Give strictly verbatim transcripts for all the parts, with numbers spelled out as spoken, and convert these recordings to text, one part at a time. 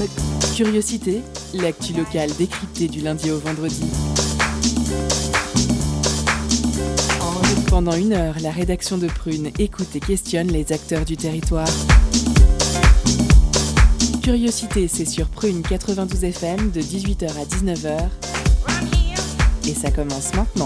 Curiosité, l'actu locale décryptée du lundi au vendredi. Pendant une heure, la rédaction de Prune écoute et questionne les acteurs du territoire. Curiosité, c'est sur Prune quatre-vingt-douze F M de dix-huit heures à dix-neuf heures. Et ça commence maintenant.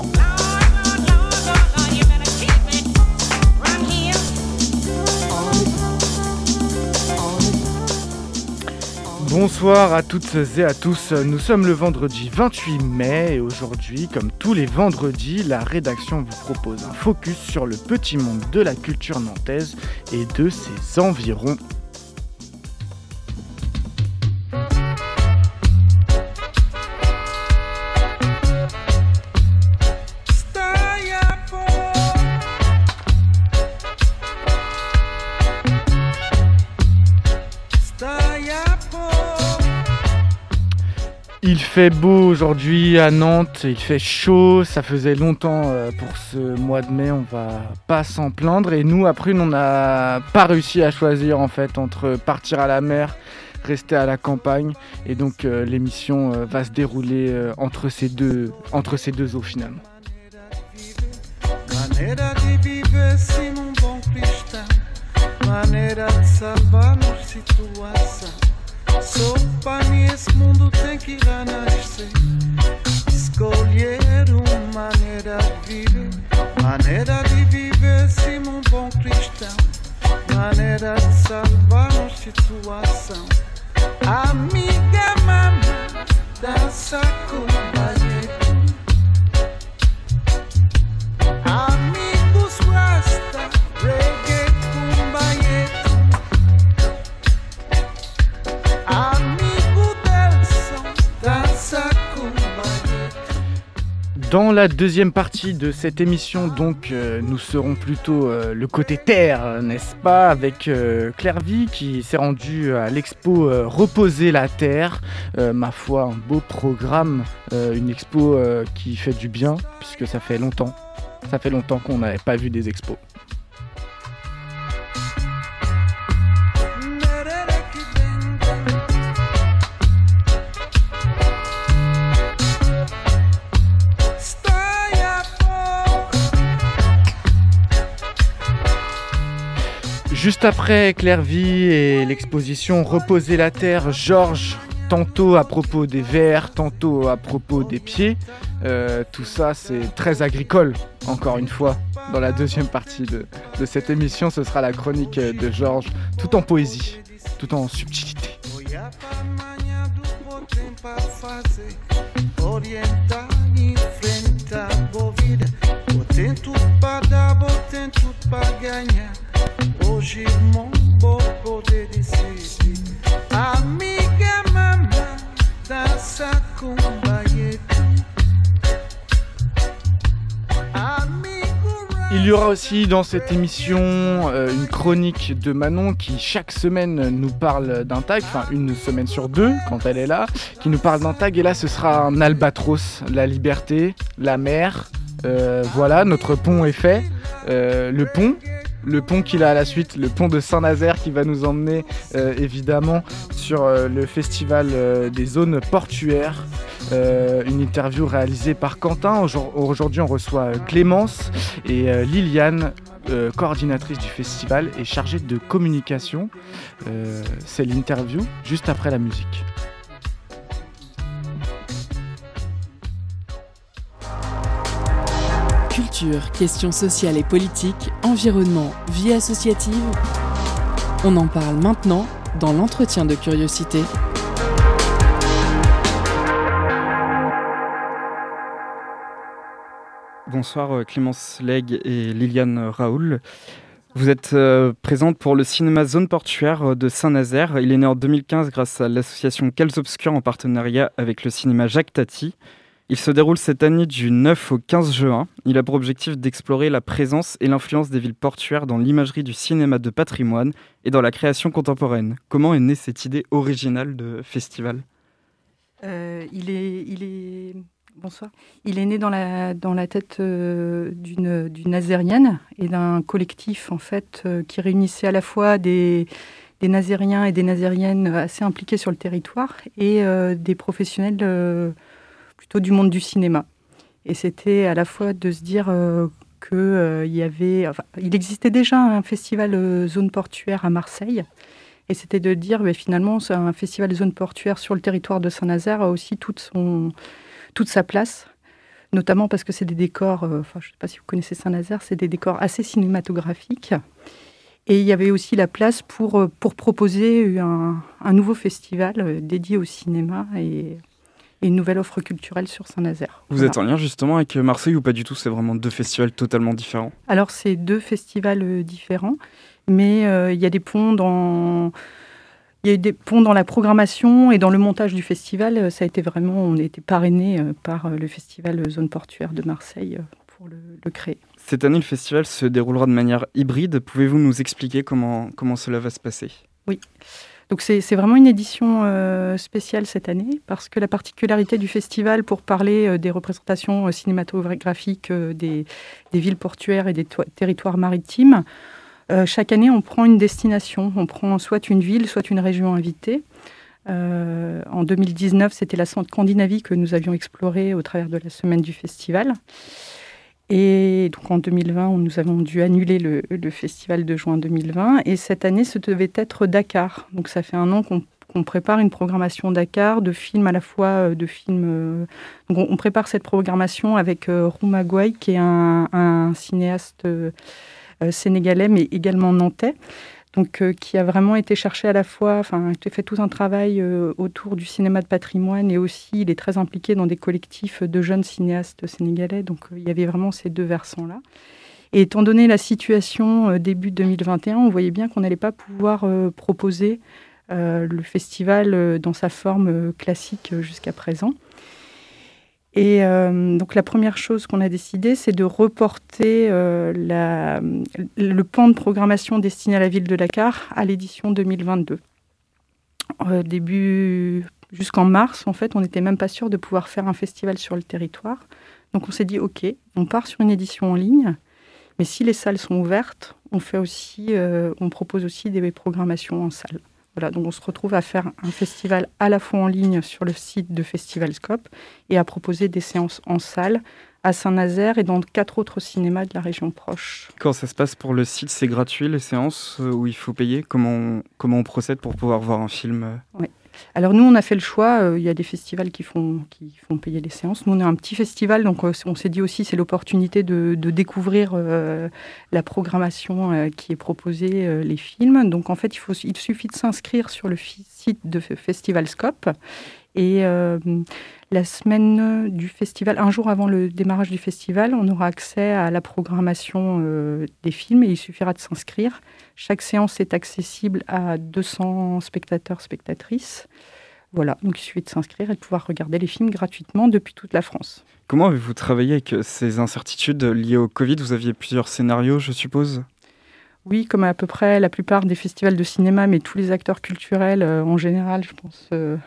Bonsoir à toutes et à tous, nous sommes le vendredi vingt-huit mai et aujourd'hui, comme tous les vendredis, la rédaction vous propose un focus sur le petit monde de la culture nantaise et de ses environs. Il fait beau aujourd'hui à Nantes, il fait chaud, ça faisait longtemps pour ce mois de mai, on va pas s'en plaindre. Et nous, après, on n'a pas réussi à choisir en fait entre partir à la mer, rester à la campagne. Et donc euh, l'émission euh, va se dérouler euh, entre, ces deux, entre ces deux eaux finalement. Maneira de viver sem um bom cristão, maneira de salvar nos situação. Sopa nesse mundo tem que renascer, escolher uma maneira de viver, maneira de viver sem um bom cristão, maneira de salvar nos situação. Amiga mamãe, dança com o balheto, amigos rasta, reggae com balheto. Dans la deuxième partie de cette émission, donc, euh, nous serons plutôt euh, le côté terre, n'est-ce pas, avec euh, Claire Vie qui s'est rendue à l'expo euh, Reposer la Terre. Euh, ma foi, un beau programme, euh, une expo euh, qui fait du bien, puisque ça fait longtemps, ça fait longtemps qu'on n'avait pas vu des expos. Juste après Claire Vie et l'exposition Reposer la Terre, Georges, tantôt à propos des vers, tantôt à propos des pieds. Euh, tout ça, c'est très agricole, encore une fois. Dans la deuxième partie de, de cette émission, ce sera la chronique de Georges, tout en poésie, tout en subtilité. Hoje irmão vou poder decidir. Amiga mamãe, dança com baieto. Il y aura aussi dans cette émission euh, une chronique de Manon qui chaque semaine nous parle d'un tag, enfin une semaine sur deux quand elle est là, qui nous parle d'un tag et là ce sera un albatros, la liberté, la mer. Euh, voilà, notre pont est fait. Euh, le pont. Le pont qu'il a à la suite, le pont de Saint-Nazaire qui va nous emmener euh, évidemment sur euh, le festival euh, des zones portuaires. Euh, une interview réalisée par Quentin. Aujourd'hui on reçoit Clémence et euh, Liliane, euh, coordinatrice du festival et chargée de communication. Euh, c'est l'interview juste après la musique. Culture, questions sociales et politiques, environnement, vie associative. On en parle maintenant dans l'entretien de Curiosité. Bonsoir Clémence Legge et Liliane Raoul. Vous êtes euh, présente pour le cinéma Zone Portuaire de Saint-Nazaire. Il est né en deux mille quinze grâce à l'association Quels Obscurs en partenariat avec le cinéma Jacques Tati. Il se déroule cette année du neuf au quinze juin. Il a pour objectif d'explorer la présence et l'influence des villes portuaires dans l'imagerie du cinéma de patrimoine et dans la création contemporaine. Comment est née cette idée originale de festival ? euh, il est, il est... Bonsoir. Il est né dans la, dans la tête euh, d'une, d'une Nazérienne et d'un collectif en fait, euh, qui réunissait à la fois des... des des Nazériens et des Nazériennes assez impliqués sur le territoire et euh, des professionnels euh, plutôt du monde du cinéma. Et c'était à la fois de se dire euh, qu'il euh, y avait... Enfin, il existait déjà un festival euh, zone portuaire à Marseille. Et c'était de dire, bah, finalement, un festival zone portuaire sur le territoire de Saint-Nazaire a aussi toute, son, toute sa place. Notamment parce que c'est des décors... Euh, enfin, je ne sais pas si vous connaissez Saint-Nazaire, c'est des décors assez cinématographiques. Et il y avait aussi la place pour, pour proposer un, un nouveau festival euh, dédié au cinéma et... et une nouvelle offre culturelle sur Saint-Nazaire. Vous Voilà. êtes en lien justement avec Marseille ou pas du tout? C'est vraiment deux festivals totalement différents? Alors, c'est deux festivals euh, différents, mais euh, il y a des ponts dans... Il y a eu des ponts dans la programmation et dans le montage du festival. Ça a été vraiment... On a été parrainé euh, par le festival Zone Portuaire de Marseille euh, pour le, le créer. Cette année, le festival se déroulera de manière hybride. Pouvez-vous nous expliquer comment, comment cela va se passer? Oui. Donc c'est, c'est vraiment une édition euh, spéciale cette année, parce que la particularité du festival, pour parler euh, des représentations euh, cinématographiques euh, des, des villes portuaires et des to- territoires maritimes, euh, chaque année on prend une destination, on prend soit une ville, soit une région invitée. Euh, en deux mille dix-neuf, c'était la Scandinavie que nous avions explorée au travers de la semaine du festival. Et donc en deux mille vingt, nous avons dû annuler le, le festival de juin deux mille vingt. Et cette année, ce devait être Dakar. Donc ça fait un an qu'on, qu'on prépare une programmation Dakar de films à la fois de films. Euh, donc on, on prépare cette programmation avec euh, Rouma Gouaï, qui est un, un cinéaste euh, sénégalais, mais également nantais. Donc, euh, qui a vraiment été cherché à la fois, enfin, il a fait tout un travail euh, autour du cinéma de patrimoine et aussi il est très impliqué dans des collectifs de jeunes cinéastes sénégalais. Donc, euh, il y avait vraiment ces deux versants-là. Et étant donné la situation euh, début deux mille vingt et un, on voyait bien qu'on n'allait pas pouvoir euh, proposer euh, le festival euh, dans sa forme euh, classique euh, jusqu'à présent. Et euh, donc la première chose qu'on a décidé, c'est de reporter euh, la, le pan de programmation destiné à la ville de Dakar à l'édition deux mille vingt-deux. Euh, début jusqu'en mars, en fait, on n'était même pas sûr de pouvoir faire un festival sur le territoire. Donc on s'est dit, ok, on part sur une édition en ligne, mais si les salles sont ouvertes, on fait aussi, euh, on propose aussi des programmations en salle. Voilà, donc on se retrouve à faire un festival à la fois en ligne sur le site de Festivalscope et à proposer des séances en salle à Saint-Nazaire et dans quatre autres cinémas de la région proche. Quand ça se passe pour le site, c'est gratuit les séances où il faut payer? Comment on, comment on procède pour pouvoir voir un film? Oui. Alors nous, on a fait le choix, il euh, y a des festivals qui font, qui font payer les séances. Nous, on est un petit festival, donc euh, on s'est dit aussi c'est l'opportunité de, de découvrir euh, la programmation euh, qui est proposée, euh, les films. Donc en fait, il, faut, il suffit de s'inscrire sur le fi- site de Festivalscope. Et euh, la semaine du festival, un jour avant le démarrage du festival, on aura accès à la programmation euh, des films et il suffira de s'inscrire. Chaque séance est accessible à deux cents spectateurs, spectatrices. Voilà, donc il suffit de s'inscrire et de pouvoir regarder les films gratuitement depuis toute la France. Comment avez-vous travaillé avec ces incertitudes liées au Covid? Vous aviez plusieurs scénarios, je suppose? Oui, comme à peu près la plupart des festivals de cinéma, mais tous les acteurs culturels euh, en général, je pense... Euh,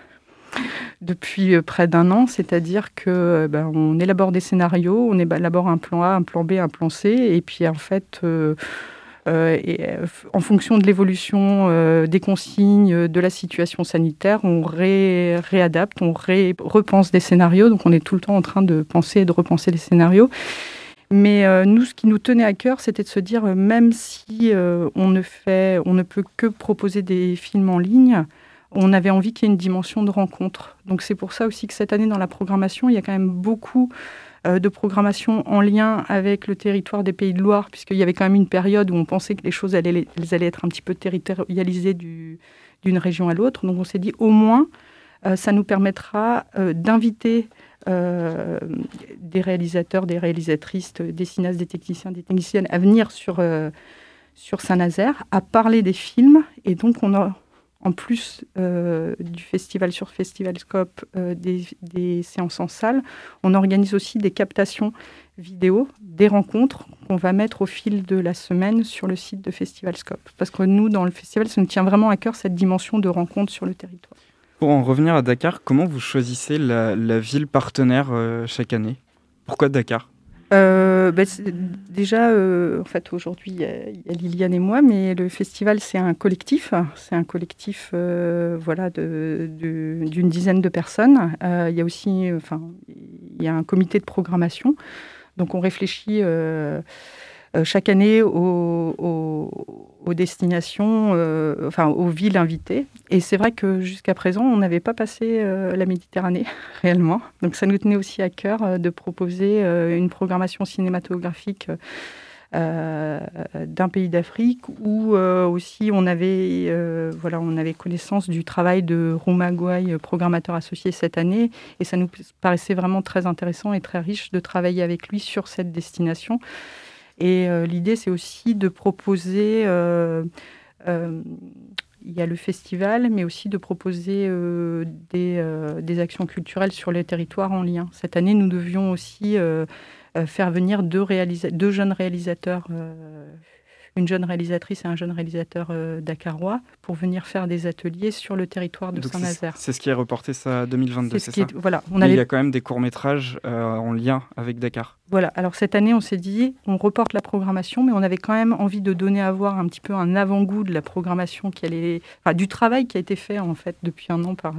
depuis près d'un an, c'est-à-dire que ben, on élabore des scénarios, on élabore un plan A, un plan B, un plan C, et puis en fait, euh, euh, et, en fonction de l'évolution euh, des consignes, de la situation sanitaire, on ré, réadapte, on ré, repense des scénarios, donc on est tout le temps en train de penser et de repenser les scénarios. Mais euh, nous, ce qui nous tenait à cœur, c'était de se dire, euh, même si euh, on ne fait, on ne peut que proposer des films en ligne, on avait envie qu'il y ait une dimension de rencontre. Donc c'est pour ça aussi que cette année, dans la programmation, il y a quand même beaucoup euh, de programmation en lien avec le territoire des Pays de Loire, puisqu'il y avait quand même une période où on pensait que les choses allaient, elles allaient être un petit peu territorialisées du, d'une région à l'autre. Donc on s'est dit, au moins, euh, ça nous permettra euh, d'inviter euh, des réalisateurs, des réalisatrices, des cinéastes, des techniciens, des techniciennes à venir sur, euh, sur Saint-Nazaire, à parler des films. Et donc on a... En plus euh, du festival sur Festivalscope, euh, des, des séances en salle, on organise aussi des captations vidéo, des rencontres qu'on va mettre au fil de la semaine sur le site de Festivalscope. Parce que nous, dans le festival, ça nous tient vraiment à cœur cette dimension de rencontre sur le territoire. Pour en revenir à Dakar, comment vous choisissez la, la ville partenaire euh, chaque année? Pourquoi Dakar? Euh, bah, déjà, euh, en fait, aujourd'hui, il y, y a Liliane et moi, mais le festival, c'est un collectif. C'est un collectif euh, voilà, de, de, d'une dizaine de personnes. Euh, il y a aussi, enfin, il y a un comité de programmation. Donc, on réfléchit euh, euh, chaque année aux, aux, aux destinations, euh, enfin, aux villes invitées. Et c'est vrai que jusqu'à présent, on n'avait pas passé euh, la Méditerranée, réellement. Donc, ça nous tenait aussi à cœur euh, de proposer euh, une programmation cinématographique euh, d'un pays d'Afrique où euh, aussi on avait, euh, voilà, on avait connaissance du travail de Rouma Gouaï, programmateur associé cette année. Et ça nous paraissait vraiment très intéressant et très riche de travailler avec lui sur cette destination. Et euh, l'idée, c'est aussi de proposer... Euh, euh, il y a le festival, mais aussi de proposer euh, des, euh, des actions culturelles sur les territoires en lien. Cette année, nous devions aussi euh, euh, faire venir deux, réalisa- deux jeunes réalisateurs, euh, une jeune réalisatrice et un jeune réalisateur euh, dakarois, pour venir faire des ateliers sur le territoire de Donc Saint-Nazaire. C'est, c'est ce qui est reporté ça deux mille vingt-deux, c'est, c'est ça est, voilà, on avait... avait... Il y a quand même des courts-métrages euh, en lien avec Dakar. Voilà, alors cette année, on s'est dit, on reporte la programmation, mais on avait quand même envie de donner à voir un petit peu un avant-goût de la programmation, qui allait, enfin, du travail qui a été fait en fait depuis un an par,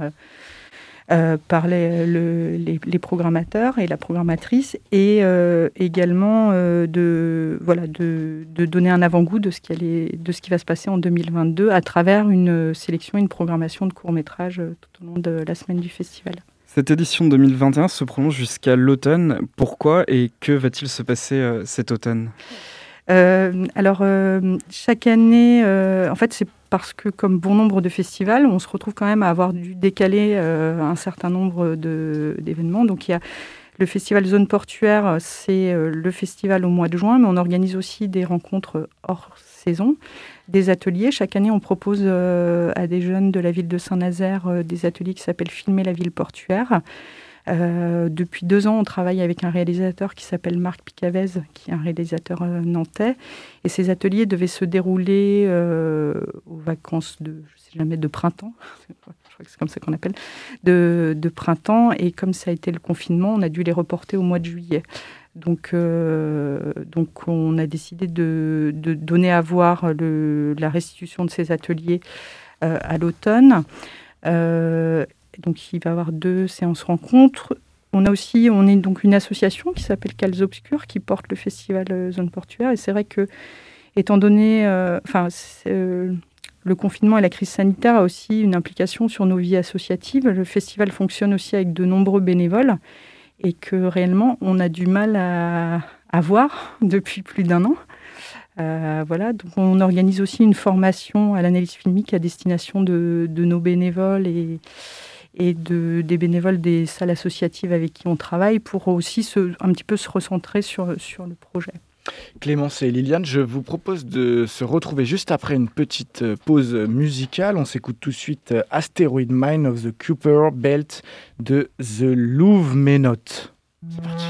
euh, par les, le, les, les programmateurs et la programmatrice, et euh, également euh, de, voilà, de, de donner un avant-goût de ce, qui allait, de ce qui va se passer en deux mille vingt-deux à travers une sélection, une programmation de courts-métrages tout au long de la semaine du festival. Cette édition deux mille vingt et un se prolonge jusqu'à l'automne. Pourquoi et que va-t-il se passer euh, cet automne ? euh, Alors, euh, chaque année, euh, en fait, c'est parce que, comme bon nombre de festivals, on se retrouve quand même à avoir dû décaler euh, un certain nombre de, d'événements. Donc, il y a le festival Zone Portuaire, c'est euh, le festival au mois de juin, mais on organise aussi des rencontres hors saison, des ateliers. Chaque année, on propose euh, à des jeunes de la ville de Saint-Nazaire euh, des ateliers qui s'appellent « Filmer la ville portuaire ». Euh, depuis deux ans, on travaille avec un réalisateur qui s'appelle Marc Picavez, qui est un réalisateur euh, nantais. Et ces ateliers devaient se dérouler euh, aux vacances de, je sais jamais, de printemps. Je crois que c'est comme ça qu'on appelle, de, de printemps. Et comme ça a été le confinement, on a dû les reporter au mois de juillet. Donc, euh, donc on a décidé de, de donner à voir le, la restitution de ces ateliers euh, à l'automne. Euh, donc il va y avoir deux séances rencontres. On a aussi, on est donc une association qui s'appelle Cales Obscures qui porte le festival Zone Portuaire. Et c'est vrai que, étant donné, euh, enfin, euh, le confinement et la crise sanitaire a aussi une implication sur nos vies associatives. Le festival fonctionne aussi avec de nombreux bénévoles. Et que réellement, on a du mal à, à voir depuis plus d'un an. Euh, voilà, donc on organise aussi une formation à l'analyse filmique à destination de, de nos bénévoles et, et de, des bénévoles des salles associatives avec qui on travaille pour aussi se, un petit peu se recentrer sur, sur le projet. Clémence et Liliane, je vous propose de se retrouver juste après une petite pause musicale. On s'écoute tout de suite Asteroid Mine of the Kuiper Belt de The Louvre Ménote. C'est parti.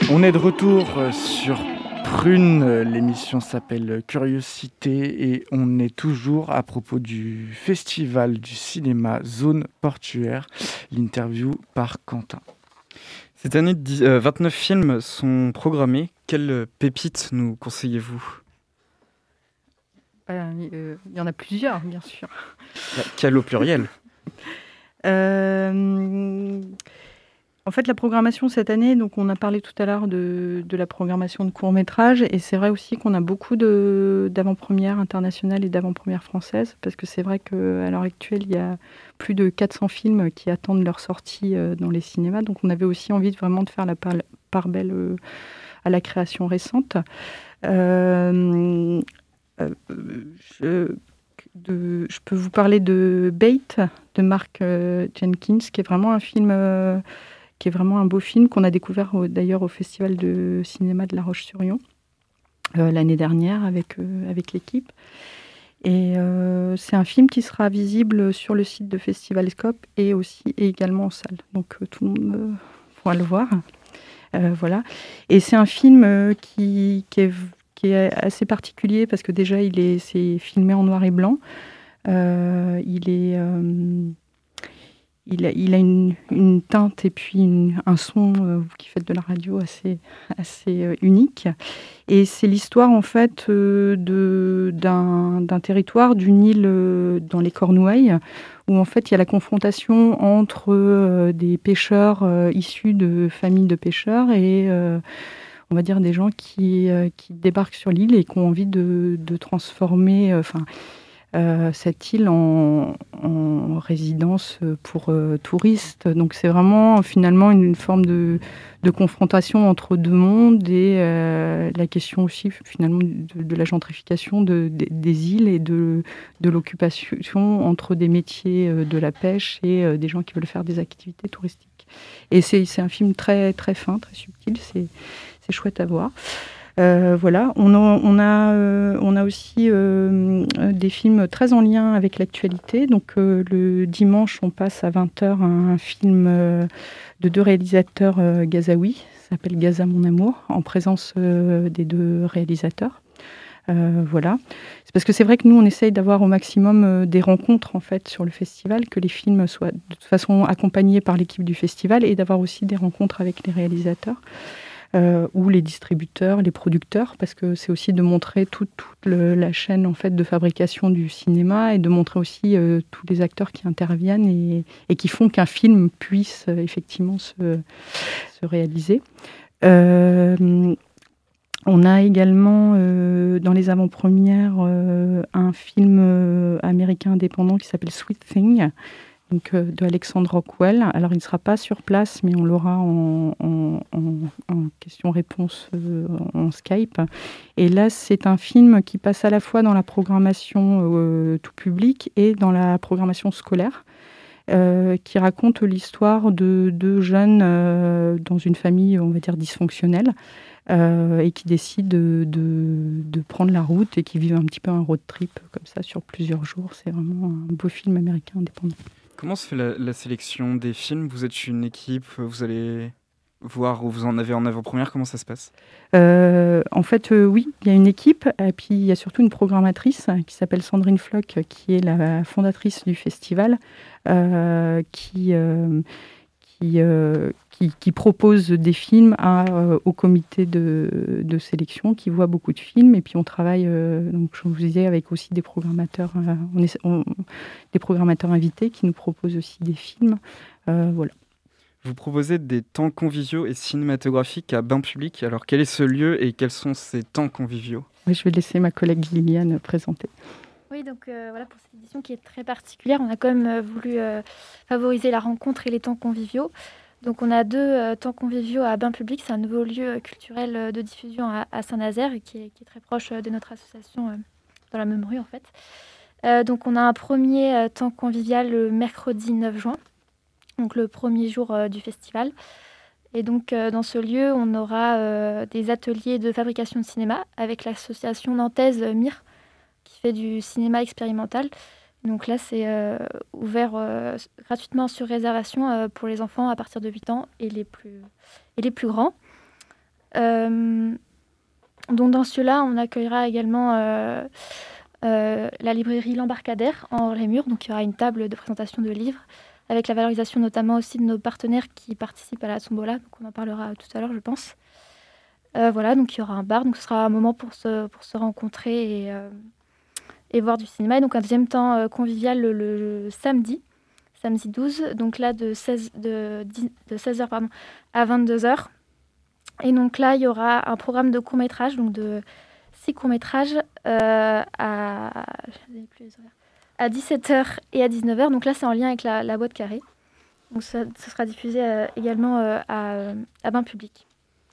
On est de retour sur Prune, l'émission s'appelle Curiosité et on est toujours à propos du festival du cinéma Zone Portuaire, l'interview par Quentin. Cette année, vingt-neuf films sont programmés. Quelles pépites nous conseillez-vous ? Il euh, y en a plusieurs, bien sûr. Quel au pluriel ? euh, En fait, la programmation cette année, donc on a parlé tout à l'heure de, de la programmation de courts-métrages, et c'est vrai aussi qu'on a beaucoup de, d'avant-premières internationales et d'avant-premières françaises, parce que c'est vrai qu'à l'heure actuelle, il y a plus de quatre cents films qui attendent leur sortie dans les cinémas, donc on avait aussi envie de, vraiment de faire la part, part belle à la création récente. Euh, euh, je, de, je peux vous parler de Bait, de Mark euh, Jenkins, qui est vraiment un film... Euh, qui est vraiment un beau film qu'on a découvert au, d'ailleurs au Festival de cinéma de La Roche-sur-Yon euh, l'année dernière avec, euh, avec l'équipe. Et euh, c'est un film qui sera visible sur le site de Festivalscope et aussi et également en salle. Donc euh, tout le monde euh, pourra le voir. Euh, voilà. Et c'est un film euh, qui, qui, est, qui est assez particulier parce que déjà il est, c'est filmé en noir et blanc. Euh, il est... Euh, Il a, il a une, une teinte et puis une, un son euh, qui fait de la radio assez, assez euh, unique. Et c'est l'histoire en fait euh, de, d'un, d'un territoire, d'une île euh, dans les Cornouailles, où en fait il y a la confrontation entre euh, des pêcheurs euh, issus de familles de pêcheurs et euh, on va dire des gens qui, euh, qui débarquent sur l'île et qui ont envie de, de transformer... Enfin, euh, Euh, cette île en, en résidence pour euh, touristes. Donc c'est vraiment finalement une, une forme de, de confrontation entre deux mondes et euh, la question aussi finalement de, de la gentrification de, de, des îles et de, de l'occupation entre des métiers de la pêche et euh, des gens qui veulent faire des activités touristiques. Et c'est, c'est un film très, très fin, très subtil, c'est, c'est chouette à voir. Euh, voilà, on a, on a, euh, on a aussi euh, des films très en lien avec l'actualité. Donc euh, le dimanche, on passe à vingt heures un, un film euh, de deux réalisateurs euh, gazaouis, ça s'appelle Gaza mon amour, en présence euh, des deux réalisateurs. Euh, voilà, c'est parce que c'est vrai que nous on essaye d'avoir au maximum euh, des rencontres en fait sur le festival, que les films soient de toute façon accompagnés par l'équipe du festival et d'avoir aussi des rencontres avec les réalisateurs. Euh, ou les distributeurs, les producteurs, parce que c'est aussi de montrer toute, toute le, la chaîne en fait, de fabrication du cinéma et de montrer aussi euh, tous les acteurs qui interviennent et, et qui font qu'un film puisse euh, effectivement se, se réaliser. Euh, on a également euh, dans les avant-premières euh, un film euh, américain indépendant qui s'appelle Sweet Thing, donc, euh, de Alexandre Rockwell. Alors, il ne sera pas sur place, mais on l'aura en, en, en, en question-réponse euh, en Skype. Et là, c'est un film qui passe à la fois dans la programmation euh, tout public et dans la programmation scolaire, euh, qui raconte l'histoire de deux jeunes euh, dans une famille, on va dire, dysfonctionnelle, euh, et qui décident de, de, de prendre la route et qui vivent un petit peu un road trip comme ça sur plusieurs jours. C'est vraiment un beau film américain indépendant. Comment se fait la, la sélection des films ? Vous êtes une équipe, vous allez voir où vous en avez en avant-première, comment ça se passe ? euh, En fait, euh, oui, il y a une équipe, et puis il y a surtout une programmatrice qui s'appelle Sandrine Floch, qui est la fondatrice du festival, euh, qui, euh, qui, euh, qui, qui propose des films à, euh, au comité de, de sélection, qui voit beaucoup de films, et puis on travaille, euh, donc je vous disais, avec aussi des programmateurs, euh, on est, on, des programmateurs invités qui nous proposent aussi des films, euh, voilà. Vous proposez des temps conviviaux et cinématographiques à bain public. Alors quel est ce lieu et quels sont ces temps conviviaux ? Oui, je vais laisser ma collègue Liliane présenter. Oui, donc euh, voilà, pour cette édition qui est très particulière, on a quand même euh, voulu euh, favoriser la rencontre et les temps conviviaux. Donc on a deux euh, temps conviviaux à bain public, c'est un nouveau lieu culturel euh, de diffusion à, à Saint-Nazaire qui est, qui est très proche euh, de notre association euh, dans la même rue en fait. Euh, donc on a un premier euh, temps convivial le mercredi neuf juin, donc le premier jour euh, du festival. Et donc euh, dans ce lieu, on aura euh, des ateliers de fabrication de cinéma avec l'association nantaise M I R, qui fait du cinéma expérimental. Donc là, c'est euh, ouvert euh, gratuitement sur réservation euh, pour les enfants à partir de huit ans et les plus, et les plus grands. Euh, donc dans ceux-là, on accueillera également euh, euh, la librairie L'Embarcadère en Rémur. Donc il y aura une table de présentation de livres avec la valorisation notamment aussi de nos partenaires qui participent à la tombola. Donc on en parlera tout à l'heure, je pense. Euh, voilà, donc il y aura un bar. Donc ce sera un moment pour se, pour se rencontrer et, euh, et voir du cinéma. Et donc un deuxième temps euh, convivial le, le, le samedi, samedi douze. Donc là de seize, de, de seize heures pardon, à vingt-deux heures. Et donc là, il y aura un programme de court-métrage, donc de six courts-métrages euh, à... plus les horaires. à dix-sept heures et à dix-neuf heures. Donc là, c'est en lien avec la, la boîte carrée. Donc ça, ça sera diffusé euh, également euh, à, à bain public.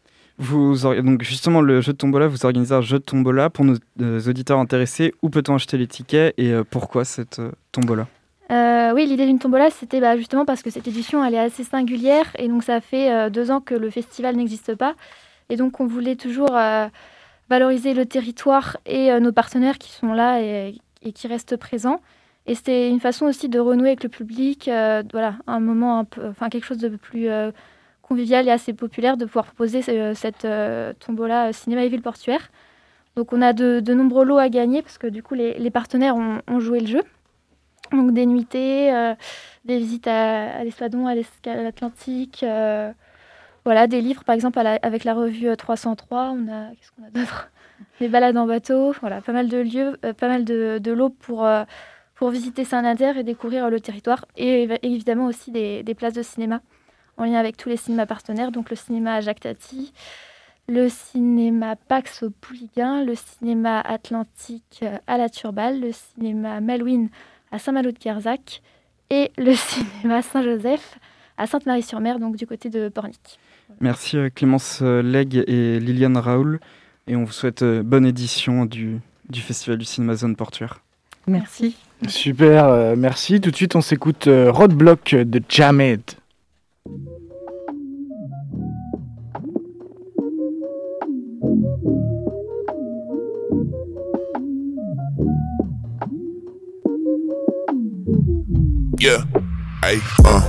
Vous, donc justement, le jeu de tombola, vous organisez un jeu de tombola pour nos euh, auditeurs intéressés. Où peut-on acheter les tickets et euh, pourquoi cette euh, tombola ? euh, Oui, l'idée d'une tombola, c'était bah, justement parce que cette édition, elle est assez singulière. Et donc, ça fait euh, deux ans que le festival n'existe pas. Et donc, on voulait toujours euh, valoriser le territoire et euh, nos partenaires qui sont là et, et qui restent présents. Et c'était une façon aussi de renouer avec le public, euh, voilà, un moment un peu, enfin quelque chose de plus euh, convivial et assez populaire, de pouvoir proposer euh, cette euh, tombola euh, cinéma et ville portuaire. Donc on a de, de nombreux lots à gagner parce que du coup les, les partenaires ont, ont joué le jeu. Donc des nuitées, euh, des visites à, à l'Espadon, à l'escale Atlantique, euh, voilà, des livres par exemple à la, avec la revue trois cent trois. On a qu'est-ce qu'on a d'autre ? Des balades en bateau, voilà, pas mal de lieux, euh, pas mal de, de lots pour euh, pour visiter Saint-Nazaire et découvrir le territoire. Et évidemment aussi des, des places de cinéma en lien avec tous les cinémas partenaires, donc le cinéma Jacques Tati, le cinéma Pax au Pouliguen, le cinéma Atlantique à la Turballe, le cinéma Malouine à Saint-Malo-de-Guerzac et le cinéma Saint-Joseph à Sainte-Marie-sur-Mer, donc du côté de Pornic. Voilà. Merci Clémence Legge et Liliane Raoul, et on vous souhaite bonne édition du, du Festival du cinéma Zone Portuaire. Merci. Super, euh, merci. Tout de suite, on s'écoute euh, Roadblock de Jamed. Yeah, hey, uh,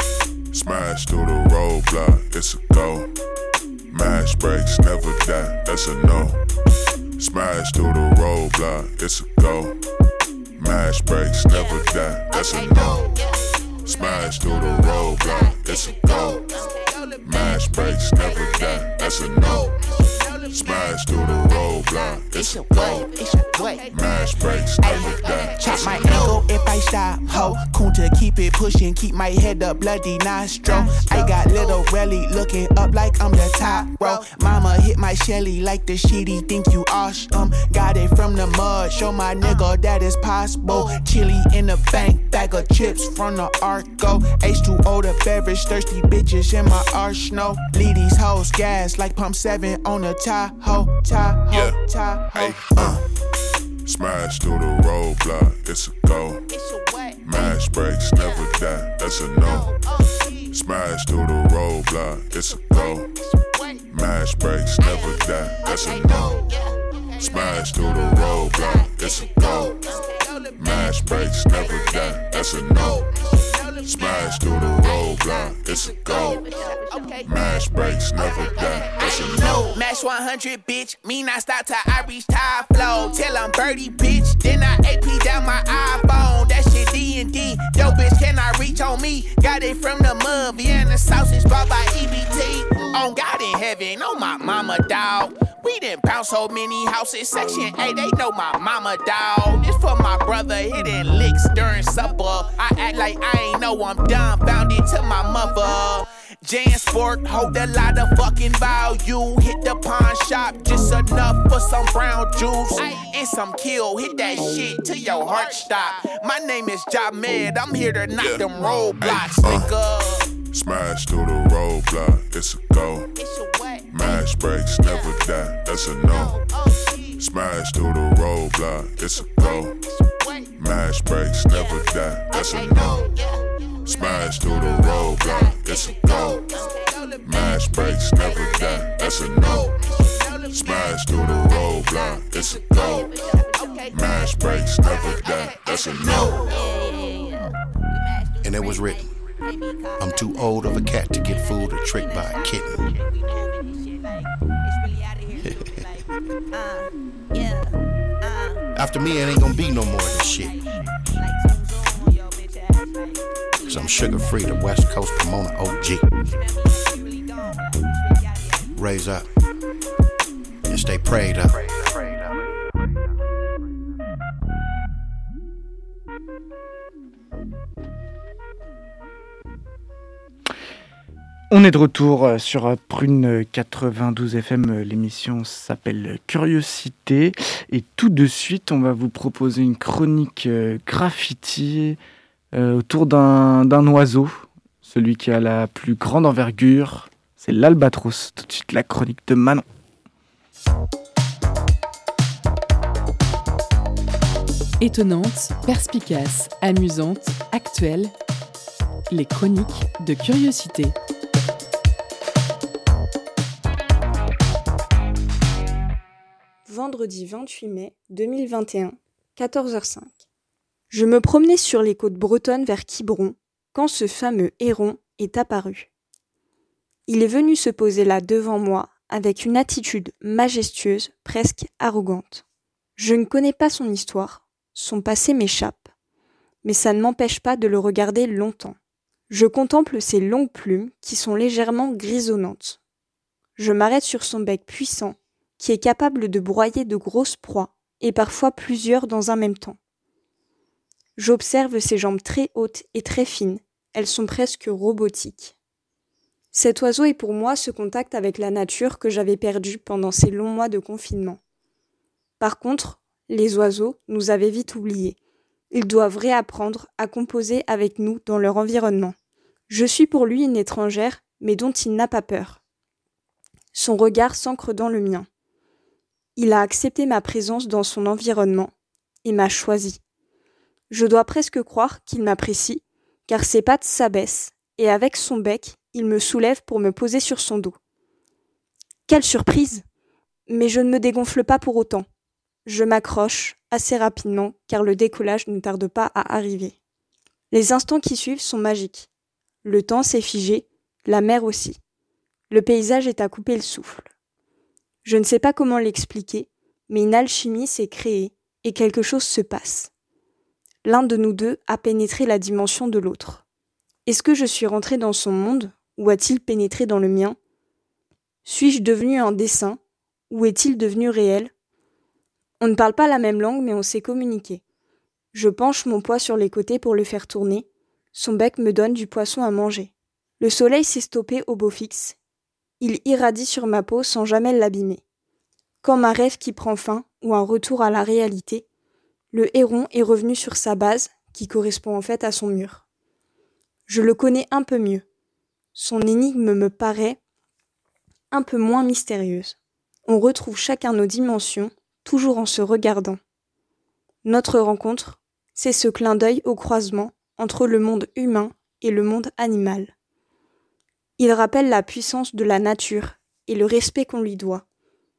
smash through the roadblock, it's a go. Mash breaks, never die, that's a no. Smash through the roadblock, it's a go. Mash breaks, never die, that's a no. Smash through the roadblock, it's a go. Mash breaks, never die, that's a no. Smash through the roadblock, it's a go. Mash breaks, never die, chop my ankle if I stop, ho. Kunta keep it pushing, keep my head up, bloody nostril. I got little Relly looking up like I'm the top, bro. Mama hit my Shelly like the shitty, think you awesome. Got it from the mud, show my nigga that it's possible. Chili in the bank, bag of chips from the Arco. H two O the beverage, thirsty bitches in my arsenal. Lead these hoes gas like pump seven on the Tahoe, Tahoe, yeah. Tahoe. Hey, uh. Smash through the roadblock, it's a go. Mash breaks, never die, that's a no. Smash through the roadblock, it's a go. Mash breaks, never die, that's a no. Smash through the roadblock, it's a go. Mash breaks, never die, that's a no. Smash through the roadblock, it's a go. Mash breaks, never die, that's a no. Mash one hundred, bitch, me not stop till I reach top flow. Till I'm birdie, bitch, then I A P down my iPhone. That shit D and D, yo bitch cannot reach on me. Got it from the mud, Vienna sausage bought by E B T. On God in heaven, on my mama, dawg. We done bounce so many houses, section A, they know my mama, dawg. This for my brother hitting licks during supper. I act like I ain't know I'm dumbfounded to my mother. Jan Sport, hold a lot of fucking value. Hit the pawn shop, just enough for some brown juice and some kill. Hit that shit till your heart stop. My name is Jamed, I'm here to knock yeah. them roadblocks, hey, uh, nigga. Smash through the roadblock, it's a go. Mash breaks, never die, that's a no. Smash through the roadblock, it's a go. Mash breaks, never die, that's a no. Smash through the roadblock, it's a go. Mash breaks, never die, that's a no. Smash through the roadblock, it's a go. Mash breaks, never die, that's a no. And it was written, I'm too old of a cat to get fooled or tricked by a kitten. After me, it ain't gonna be no more of this shit. Cause I'm sugar free, the West Coast Pomona O G. Raise up and stay prayed up. On est de retour sur Prune quatre-vingt-douze F M, l'émission s'appelle Curiosité et tout de suite on va vous proposer une chronique graffiti euh, autour d'un, d'un oiseau, celui qui a la plus grande envergure, c'est l'albatros. Tout de suite la chronique de Manon. Étonnante, perspicace, amusante, actuelle, les chroniques de Curiosité. Vendredi vingt-huit mai deux mille vingt et un, quatorze heures cinq. Je me promenais sur les côtes bretonnes vers Quiberon quand ce fameux héron est apparu. Il est venu se poser là devant moi avec une attitude majestueuse, presque arrogante. Je ne connais pas son histoire, son passé m'échappe, mais ça ne m'empêche pas de le regarder longtemps. Je contemple ses longues plumes qui sont légèrement grisonnantes. Je m'arrête sur son bec puissant qui est capable de broyer de grosses proies, et parfois plusieurs dans un même temps. J'observe ses jambes très hautes et très fines, elles sont presque robotiques. Cet oiseau est pour moi ce contact avec la nature que j'avais perdu pendant ces longs mois de confinement. Par contre, les oiseaux nous avaient vite oubliés. Ils doivent réapprendre à composer avec nous dans leur environnement. Je suis pour lui une étrangère, mais dont il n'a pas peur. Son regard s'ancre dans le mien. Il a accepté ma présence dans son environnement et m'a choisi. Je dois presque croire qu'il m'apprécie, car ses pattes s'abaissent et avec son bec, il me soulève pour me poser sur son dos. Quelle surprise! Mais je ne me dégonfle pas pour autant. Je m'accroche assez rapidement, car le décollage ne tarde pas à arriver. Les instants qui suivent sont magiques. Le temps s'est figé, la mer aussi. Le paysage est à couper le souffle. Je ne sais pas comment l'expliquer, mais une alchimie s'est créée et quelque chose se passe. L'un de nous deux a pénétré la dimension de l'autre. Est-ce que je suis rentrée dans son monde ou a-t-il pénétré dans le mien? Suis-je devenue un dessin ou est-il devenu réel? On ne parle pas la même langue mais on sait communiquer. Je penche mon poids sur les côtés pour le faire tourner. Son bec me donne du poisson à manger. Le soleil s'est stoppé au beau fixe. Il irradie sur ma peau sans jamais l'abîmer. Comme un rêve qui prend fin ou un retour à la réalité, le héron est revenu sur sa base, qui correspond en fait à son mur. Je le connais un peu mieux. Son énigme me paraît un peu moins mystérieuse. On retrouve chacun nos dimensions, toujours en se regardant. Notre rencontre, c'est ce clin d'œil au croisement entre le monde humain et le monde animal. Il rappelle la puissance de la nature et le respect qu'on lui doit.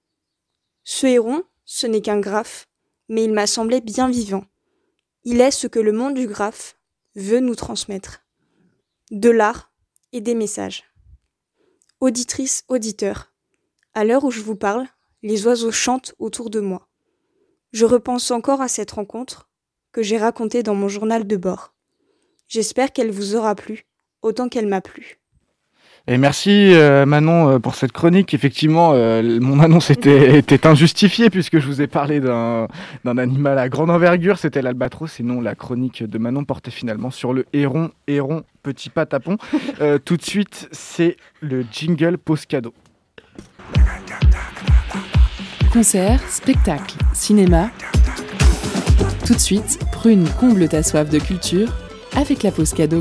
Ce héron, ce n'est qu'un graphe, mais il m'a semblé bien vivant. Il est ce que le monde du graphe veut nous transmettre. De l'art et des messages. Auditrices, auditeurs, à l'heure où je vous parle, les oiseaux chantent autour de moi. Je repense encore à cette rencontre que j'ai racontée dans mon journal de bord. J'espère qu'elle vous aura plu, autant qu'elle m'a plu. Et merci euh, Manon euh, pour cette chronique. Effectivement, euh, mon annonce était, était injustifiée puisque je vous ai parlé d'un, d'un animal à grande envergure, c'était l'albatros. Sinon, la chronique de Manon portait finalement sur le héron, héron, petit patapon. Euh, tout de suite, c'est le jingle pause cadeau. Concert, spectacle, cinéma. Tout de suite, Prune comble ta soif de culture avec la pause cadeau.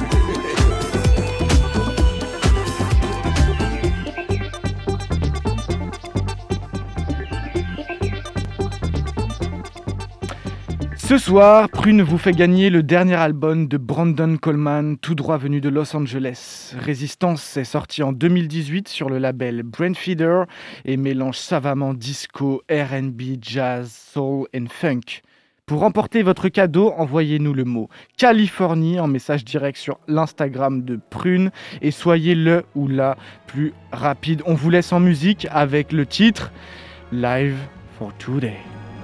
Ce soir, Prune vous fait gagner le dernier album de Brandon Coleman, tout droit venu de Los Angeles. Résistance est sorti en deux mille dix-huit sur le label Brainfeeder et mélange savamment disco, R and B, jazz, soul et funk. Pour remporter votre cadeau, envoyez-nous le mot Californie en message direct sur l'Instagram de Prune et soyez le ou la plus rapide. On vous laisse en musique avec le titre Live for Today.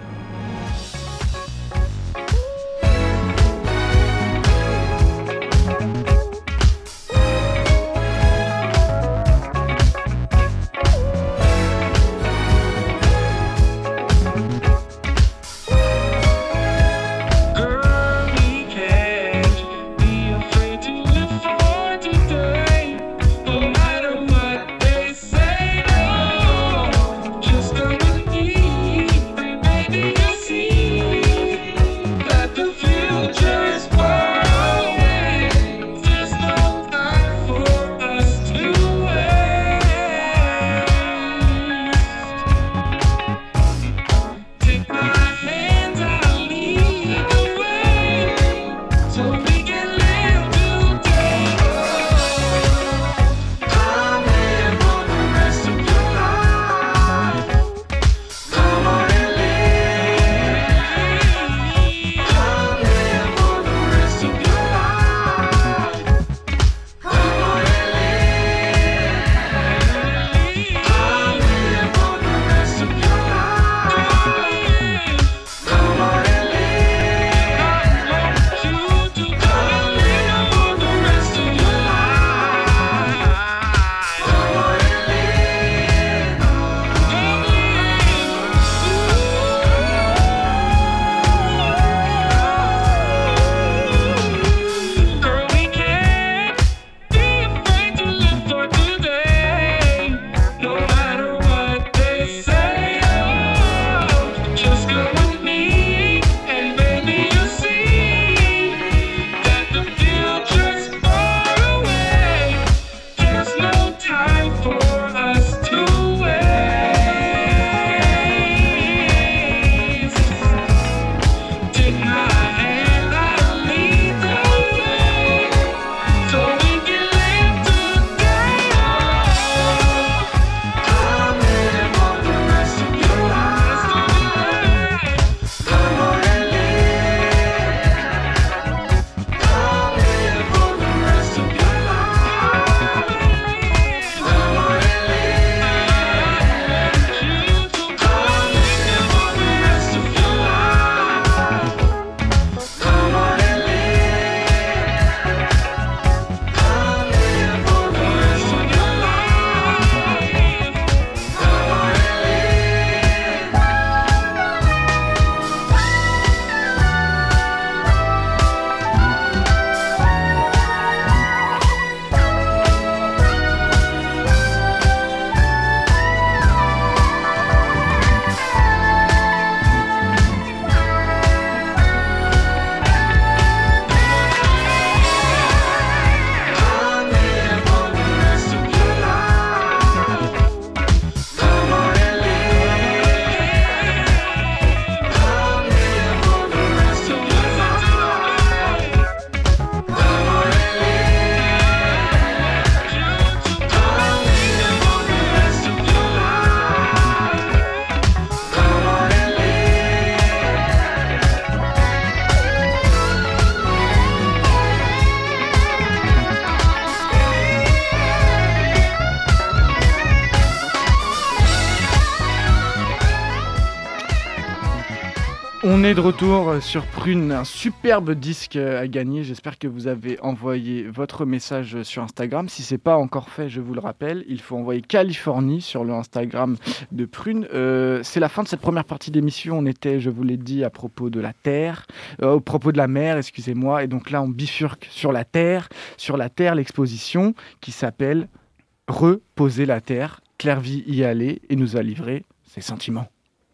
On est de retour sur Prune, un superbe disque à gagner. J'espère que vous avez envoyé votre message sur Instagram. Si ce n'est pas encore fait, je vous le rappelle, il faut envoyer Californie sur le Instagram de Prune. Euh, c'est la fin de cette première partie d'émission. On était, je vous l'ai dit, à propos de la Terre, euh, au propos de la mer, excusez-moi. Et donc là, on bifurque sur la Terre, sur la Terre, l'exposition qui s'appelle « Reposer la Terre ». Claire Vie y allait et nous a livré ses sentiments.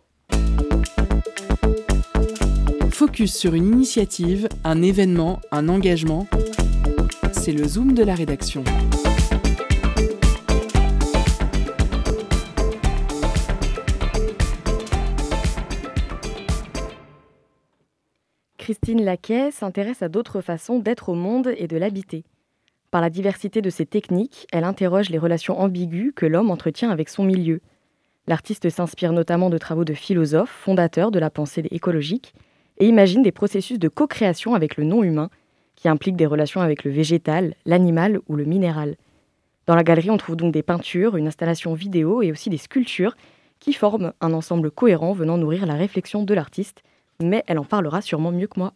Focus sur une initiative, un événement, un engagement. C'est le Zoom de la rédaction. Christine Laquet s'intéresse à d'autres façons d'être au monde et de l'habiter. Par la diversité de ses techniques, elle interroge les relations ambiguës que l'homme entretient avec son milieu. L'artiste s'inspire notamment de travaux de philosophes, fondateurs de la pensée écologique, et imagine des processus de co-création avec le non-humain, qui impliquent des relations avec le végétal, l'animal ou le minéral. Dans la galerie, on trouve donc des peintures, une installation vidéo et aussi des sculptures qui forment un ensemble cohérent venant nourrir la réflexion de l'artiste, mais elle en parlera sûrement mieux que moi.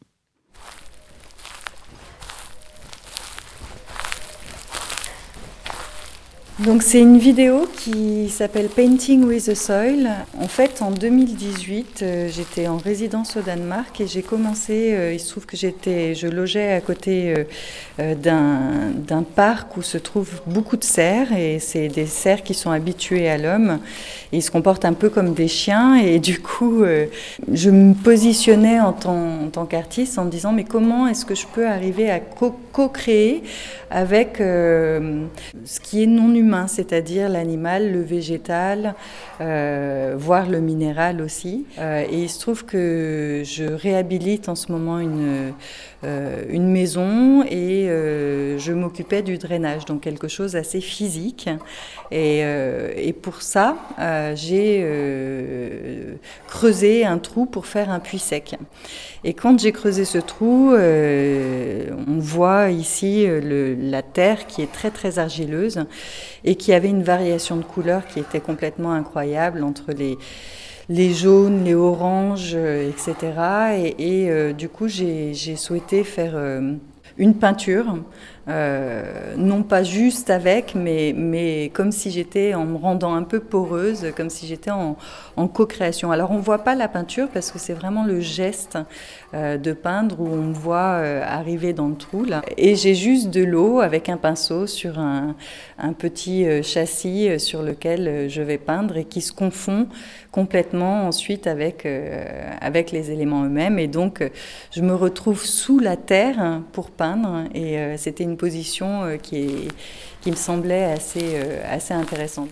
Donc c'est une vidéo qui s'appelle Painting with the Soil. En fait, en deux mille dix-huit, euh, j'étais en résidence au Danemark et j'ai commencé, euh, il se trouve que j'étais, je logeais à côté euh, euh, d'un, d'un parc où se trouvent beaucoup de cerfs et c'est des cerfs qui sont habitués à l'homme. Et ils se comportent un peu comme des chiens et du coup, euh, je me positionnais en tant, en tant qu'artiste en me disant mais comment est-ce que je peux arriver à co- co-créer avec euh, ce qui est non humain, c'est-à-dire l'animal, le végétal, euh, voire le minéral aussi. Euh, et il se trouve que je réhabilite en ce moment une, euh, une maison et euh, je m'occupais du drainage, donc quelque chose d'assez physique. Et, euh, et pour ça, euh, j'ai euh, creusé un trou pour faire un puits sec. Et quand j'ai creusé ce trou, euh, on voit ici le, la terre qui est très très argileuse et qui avait une variation de couleurs qui était complètement incroyable entre les, les jaunes, les oranges, et cetera. Et, et euh, du coup, j'ai, j'ai souhaité faire euh, une peinture. Euh, non pas juste avec, mais, mais comme si j'étais en me rendant un peu poreuse, comme si j'étais en, en co-création. Alors on ne voit pas la peinture parce que c'est vraiment le geste euh, de peindre où on me voit euh, arriver dans le trou là. Et j'ai juste de l'eau avec un pinceau sur un, un petit euh, châssis sur lequel euh, je vais peindre et qui se confond complètement ensuite avec, euh, avec les éléments eux-mêmes. Et donc euh, je me retrouve sous la terre pour peindre et euh, c'était une une position euh, qui, est, qui me semblait assez, euh, assez intéressante.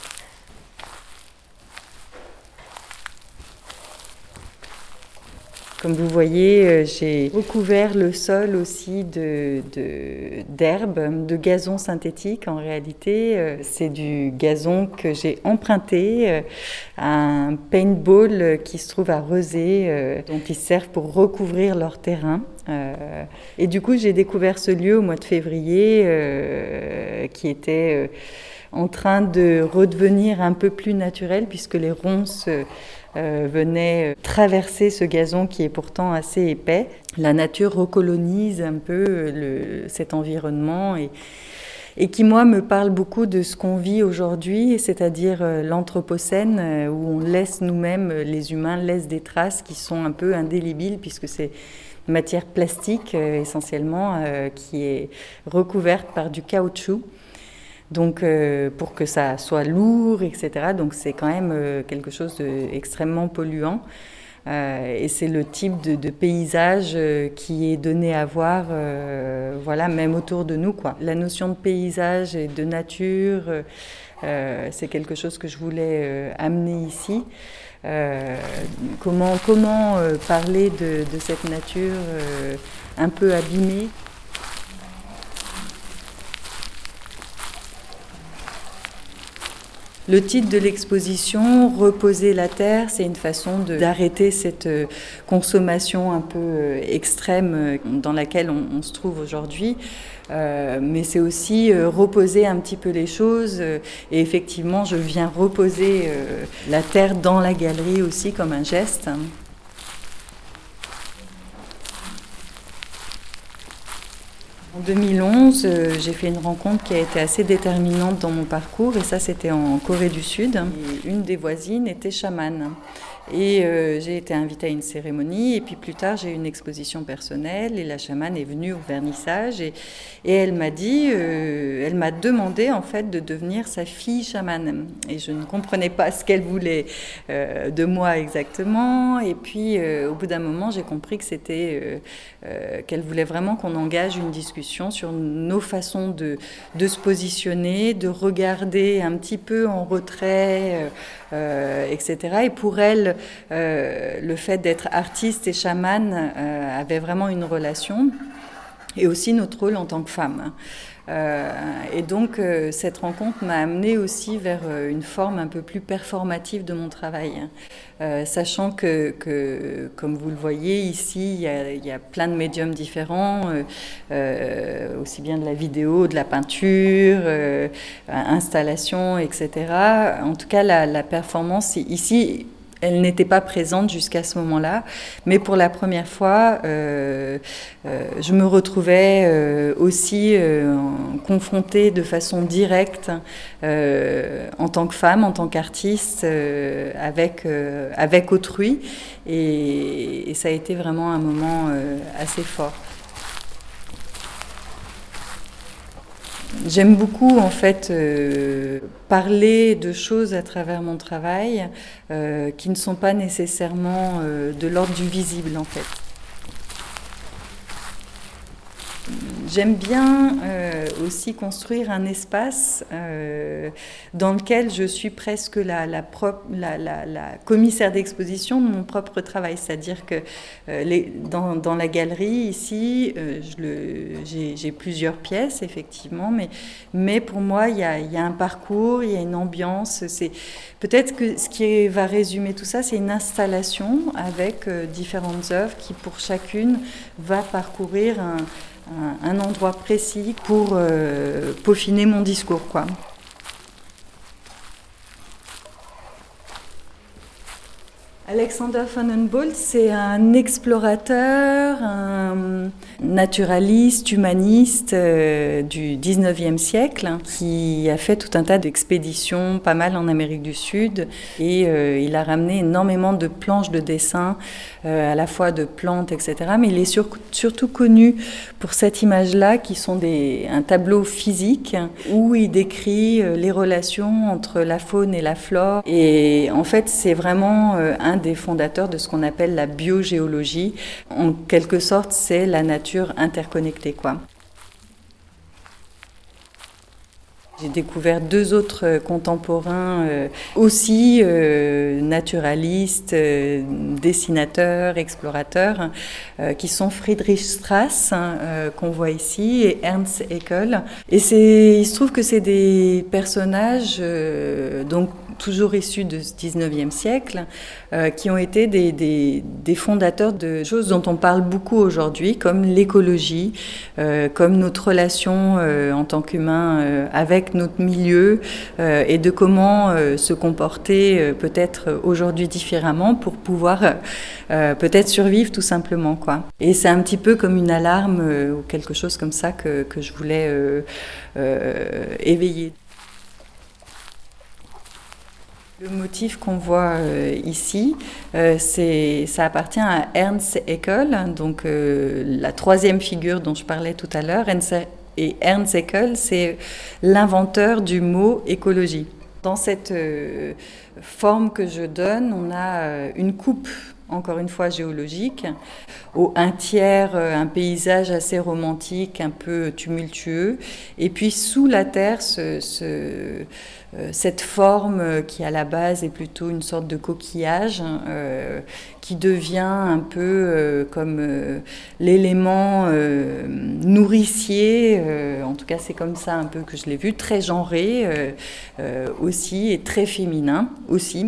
Comme vous voyez, j'ai recouvert le sol aussi de, de, d'herbes, de gazon synthétique en réalité. C'est du gazon que j'ai emprunté à un paintball qui se trouve à Rezé, dont ils servent pour recouvrir leur terrain. Et du coup, j'ai découvert ce lieu au mois de février qui était en train de redevenir un peu plus naturel puisque les ronces Euh, venait traverser ce gazon qui est pourtant assez épais. La nature recolonise un peu le, cet environnement et, et qui, moi, me parle beaucoup de ce qu'on vit aujourd'hui, c'est-à-dire l'anthropocène, où on laisse nous-mêmes, les humains, laissent des traces qui sont un peu indélébiles puisque c'est une matière plastique euh, essentiellement euh, qui est recouverte par du caoutchouc. Donc, euh, pour que ça soit lourd, et cetera. Donc, c'est quand même euh, quelque chose d'extrêmement polluant. Euh, et c'est le type de, de paysage euh, qui est donné à voir, euh, voilà, même autour de nous, quoi. La notion de paysage et de nature, euh, c'est quelque chose que je voulais euh, amener ici. Euh, comment comment euh, parler de, de cette nature euh, un peu abîmée. Le titre de l'exposition, Reposer la terre, c'est une façon de, d'arrêter cette consommation un peu extrême dans laquelle on, on se trouve aujourd'hui. Euh, mais c'est aussi euh, reposer un petit peu les choses. Euh, et effectivement, je viens reposer euh, la terre dans la galerie aussi comme un geste. En deux mille onze, euh, j'ai fait une rencontre qui a été assez déterminante dans mon parcours, et ça c'était en Corée du Sud. Et une des voisines était chamane. Et euh, j'ai été invitée à une cérémonie, et puis plus tard j'ai eu une exposition personnelle, et la chamane est venue au vernissage, et, et elle m'a dit, euh, elle m'a demandé en fait de devenir sa fille chamane. Et je ne comprenais pas ce qu'elle voulait euh, de moi exactement, et puis euh, au bout d'un moment j'ai compris que c'était euh, euh, qu'elle voulait vraiment qu'on engage une discussion sur nos façons de, de se positionner, de regarder un petit peu en retrait, euh, et cetera. Et pour elle, euh, le fait d'être artiste et chamane euh, avait vraiment une relation. Et aussi notre rôle en tant que femme. Euh, et donc, euh, cette rencontre m'a amenée aussi vers euh, une forme un peu plus performative de mon travail. Euh, sachant que, que, comme vous le voyez, ici, il y a, il y a plein de médiums différents, euh, euh, aussi bien de la vidéo, de la peinture, euh, installation, et cetera. En tout cas, la, la performance, ici, elle n'était pas présente jusqu'à ce moment-là, mais pour la première fois, euh, euh, je me retrouvais euh, aussi euh, confrontée de façon directe euh, en tant que femme, en tant qu'artiste, euh, avec, euh, avec autrui, et, et ça a été vraiment un moment euh, assez fort. J'aime beaucoup en fait euh, parler de choses à travers mon travail euh, qui ne sont pas nécessairement euh, de l'ordre du visible en fait. J'aime bien euh, aussi construire un espace euh, dans lequel je suis presque la, la, propre, la, la, la commissaire d'exposition de mon propre travail. C'est-à-dire que euh, les, dans, dans la galerie, ici, euh, j'ai, j'ai plusieurs pièces, effectivement, mais, mais pour moi, il y a, y a un parcours, il y a une ambiance. C'est, peut-être que ce qui va résumer tout ça, c'est une installation avec euh, différentes œuvres qui, pour chacune, va parcourir un Un, un endroit précis pour euh, peaufiner mon discours, quoi. Alexander von Humboldt, c'est un explorateur, un naturaliste, humaniste euh, du dix-neuvième siècle qui a fait tout un tas d'expéditions, pas mal en Amérique du Sud, et euh, il a ramené énormément de planches de dessin, euh, à la fois de plantes, et cetera. Mais il est sur, surtout connu pour cette image-là, qui sont des, un tableau physique où il décrit euh, les relations entre la faune et la flore. Et en fait, c'est vraiment euh, un des fondateurs de ce qu'on appelle la biogéologie. En quelque sorte, c'est la nature interconnectée, quoi. J'ai découvert deux autres contemporains euh, aussi euh, naturalistes, euh, dessinateurs, explorateurs, euh, qui sont Friedrich Strass, hein, euh, qu'on voit ici, et Ernst Haeckel. Et c'est, il se trouve que c'est des personnages euh, donc toujours issus de ce dix-neuvième siècle, euh, qui ont été des, des, des fondateurs de choses dont on parle beaucoup aujourd'hui, comme l'écologie, euh, comme notre relation euh, en tant qu'humain euh, avec notre milieu, euh, et de comment euh, se comporter euh, peut-être aujourd'hui différemment pour pouvoir euh, peut-être survivre tout simplement, quoi. Et c'est un petit peu comme une alarme euh, ou quelque chose comme ça que, que je voulais euh, euh, éveiller. Le motif qu'on voit euh, ici, euh, c'est, ça appartient à Ernst Haeckel, donc euh, la troisième figure dont je parlais tout à l'heure. Ernst, et Ernst Haeckel, c'est l'inventeur du mot écologie. Dans cette euh, forme que je donne, on a euh, une coupe, encore une fois géologique, au un tiers, un paysage assez romantique, un peu tumultueux, et puis sous la terre, ce, ce, euh, cette forme qui à la base est plutôt une sorte de coquillage, euh, qui devient un peu euh, comme euh, l'élément euh, nourricier, euh, en tout cas c'est comme ça un peu que je l'ai vu, très genré euh, euh, aussi, et très féminin aussi.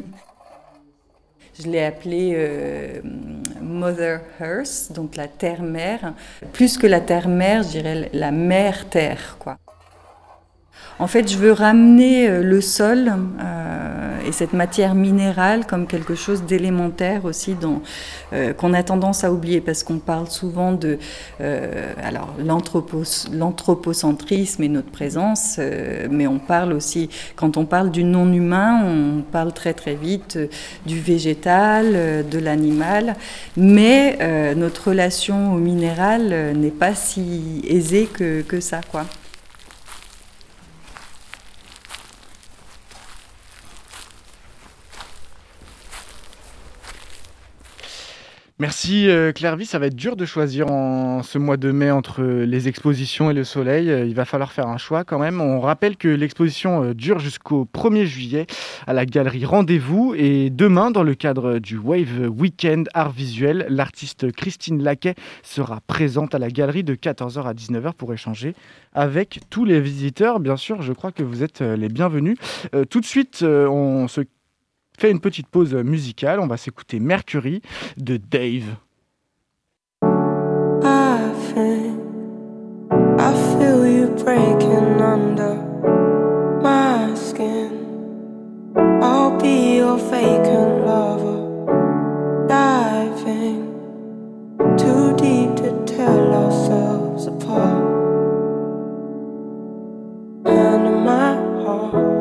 Je l'ai appelé euh, Mother Earth, donc la terre-mère. Plus que la terre-mère, je dirais la mère-terre, quoi. En fait, je veux ramener le sol euh, et cette matière minérale comme quelque chose d'élémentaire aussi, dans, euh, qu'on a tendance à oublier, parce qu'on parle souvent de euh, alors, l'anthropos, l'anthropocentrisme et notre présence, euh, mais on parle aussi, quand on parle du non-humain, on parle très très vite du végétal, de l'animal, mais euh, notre relation au minéral n'est pas si aisée que, que ça, quoi. Merci euh, Claire V, ça va être dur de choisir en ce mois de mai entre les expositions et le soleil. Euh, il va falloir faire un choix quand même. On rappelle que l'exposition euh, dure jusqu'au premier juillet à la galerie Rendez-vous. Et demain, dans le cadre du Wave Weekend Art Visuel, l'artiste Christine Laquet sera présente à la galerie de quatorze heures à dix-neuf heures pour échanger avec tous les visiteurs. Bien sûr, je crois que vous êtes euh, les bienvenus. Euh, tout de suite, euh, on se fait une petite pause musicale, on va s'écouter Mercury de Dave. I think I feel you breaking under my skin. I'll be your vacant lover, diving too deep to tell ourselves apart. And in my heart,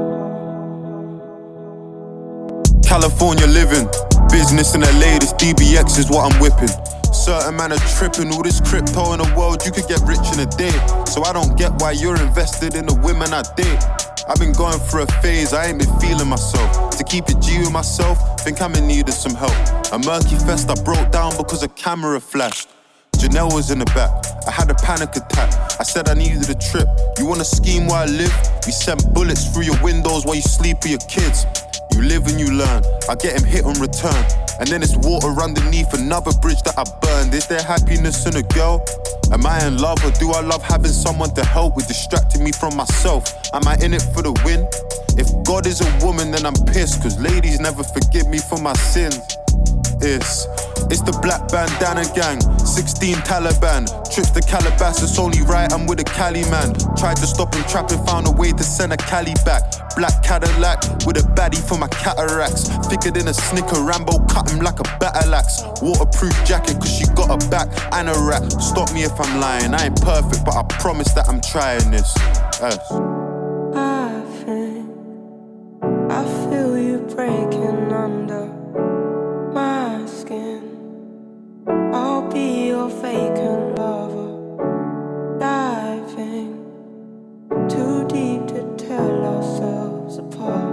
California living, business in L A, this D B X is what I'm whipping. Certain man are tripping, all this crypto in the world, you could get rich in a day. So I don't get why you're invested in the women I date. I've been going through a phase, I ain't been feeling myself. To keep it G with myself, think I'm in need of some help. A murky fest I broke down because a camera flashed. Janelle was in the back, I had a panic attack. I said I needed a trip, you wanna scheme where I live? We sent bullets through your windows while you sleep with your kids. You live and you learn, I get him hit and return. And then it's water underneath another bridge that I burned. Is there happiness in a girl? Am I in love or do I love having someone to help with distracting me from myself? Am I in it for the win? If God is a woman then I'm pissed, cause ladies never forgive me for my sins. It's, it's the black bandana gang, sixteen Taliban. Trips to Calabasas, only right, I'm with a Cali man. Tried to stop him trapping, found a way to send a Cali back. Black Cadillac, with a baddie for my cataracts. Thicker than a Snicker, Rambo cut him like a battle axe. Waterproof jacket, cause she got a back and a rack. Stop me if I'm lying, I ain't perfect, but I promise that I'm trying this. Yes. I think I feel you breaking under my skin. I'll be your vacant lover, diving too deep to tell ourselves apart.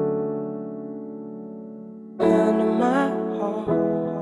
And in my heart,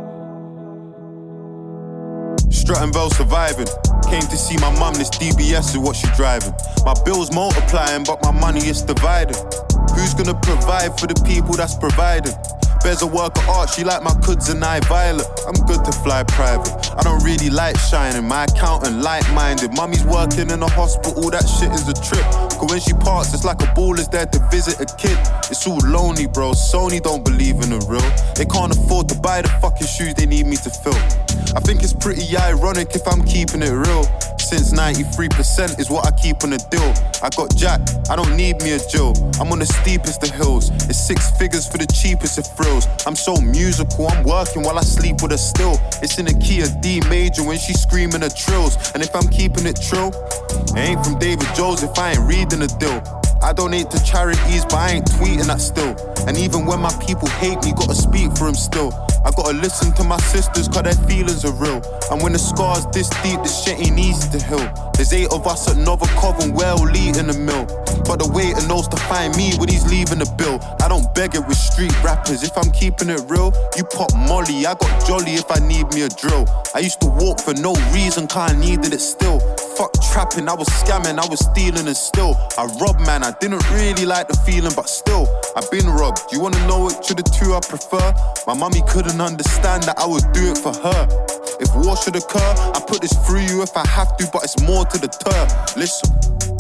Strutting Bell surviving. Came to see my mum, this D B S is what she driving. My bills multiplying, but my money is divided. Who's gonna provide for the people that's providing? Bear's a work of art, she like my cuds and I violet. I'm good to fly private, I don't really like shining. My accountant like-minded, mummy's working in a hospital, that shit is a trip. Cause when she parks, it's like a ball is there to visit a kid. It's all lonely, bro, Sony don't believe in the real. They can't afford to buy the fucking shoes they need me to fill. I think it's pretty ironic if I'm keeping it real. Since ninety-three percent is what I keep on the deal. I got Jack, I don't need me a Jill. I'm on the steepest of hills. It's six figures for the cheapest of thrills. I'm so musical, I'm working while I sleep with her still. It's in a key of D major when she's screaming her trills. And if I'm keeping it trill, it ain't from David Jones if I ain't reading the deal. I donate to charities, but I ain't tweeting that still. And even when my people hate me, gotta speak for them still. I gotta listen to my sisters, cause their feelings are real. And when the scar's this deep, this shit ain't easy to heal. There's eight of us at Novikov and we're all eating the mill. But the waiter knows to find me when he's leaving the bill. I don't beg it with street rappers, if I'm keeping it real. You pop Molly, I got Jolly if I need me a drill. I used to walk for no reason, cause I needed it still. Fuck trapping, I was scamming, I was stealing and still I robbed, man, I didn't really like the feeling, but still I've been robbed. You wanna know which of the two I prefer? My mummy couldn't understand that I would do it for her. If war should occur, I put this through you if I have to, but it's more to the deter. Listen,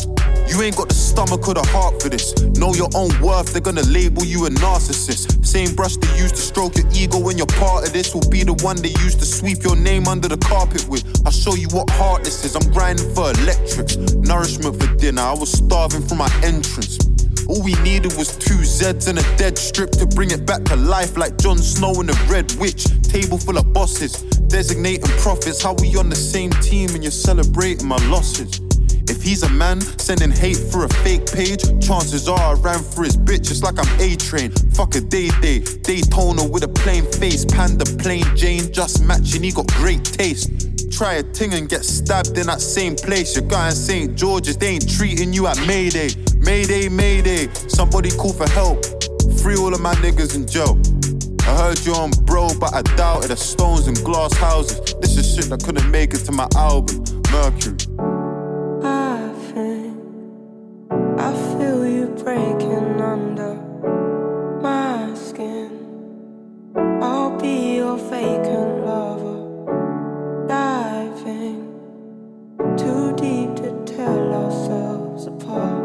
you ain't got the stomach or the heart for this. Know your own worth, they're gonna label you a narcissist. Same brush they use to stroke your ego when you're part of this will be the one they use to sweep your name under the carpet with. I'll show you what heart this is, I'm grinding for electrics. Nourishment for dinner, I was starving from my entrance. All we needed was two Zeds and a dead strip to bring it back to life like Jon Snow and the Red Witch. Table full of bosses, designating profits. How we on the same team and you're celebrating my losses? If he's a man sending hate for a fake page, chances are I ran for his bitch. It's like I'm A-Train, fuck a day-day. Daytona with a plain face, Panda plain Jane, just matching, he got great taste. Try a ting and get stabbed in that same place. Your guy in Saint George's, they ain't treating you at Mayday. Mayday, Mayday, somebody call for help. Free all of my niggas in jail. I heard you on bro, but I doubted. The stones and glass houses. This is shit that couldn't make it to my album. Mercury. I think I feel you breaking under my skin. I'll be your vacant lover, diving too deep to tell ourselves apart.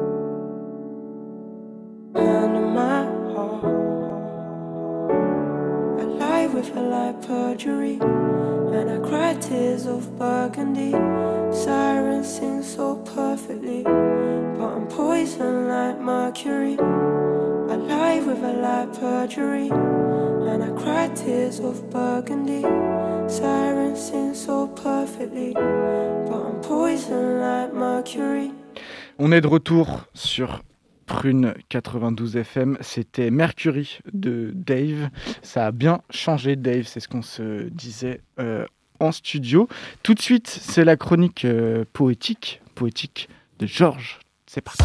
And in my heart, I lie with a lie perjury, and I cry tears of burgundy. Sirens sing so perfectly, but I'm poison like mercury. I lie with a lie perjury, and I cry tears of burgundy. Sirens sing so perfectly, but I'm poison like mercury. On est de retour sur Prune quatre-vingt-douze F M, c'était Mercury de Dave. Ça a bien changé, Dave, c'est ce qu'on se disait euh, en studio. Tout de suite, c'est la chronique euh, poétique, poétique de Georges. C'est parti.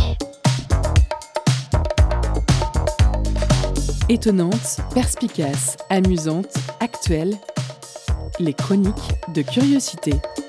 Étonnante, perspicace, amusante, actuelle, les chroniques de curiosité.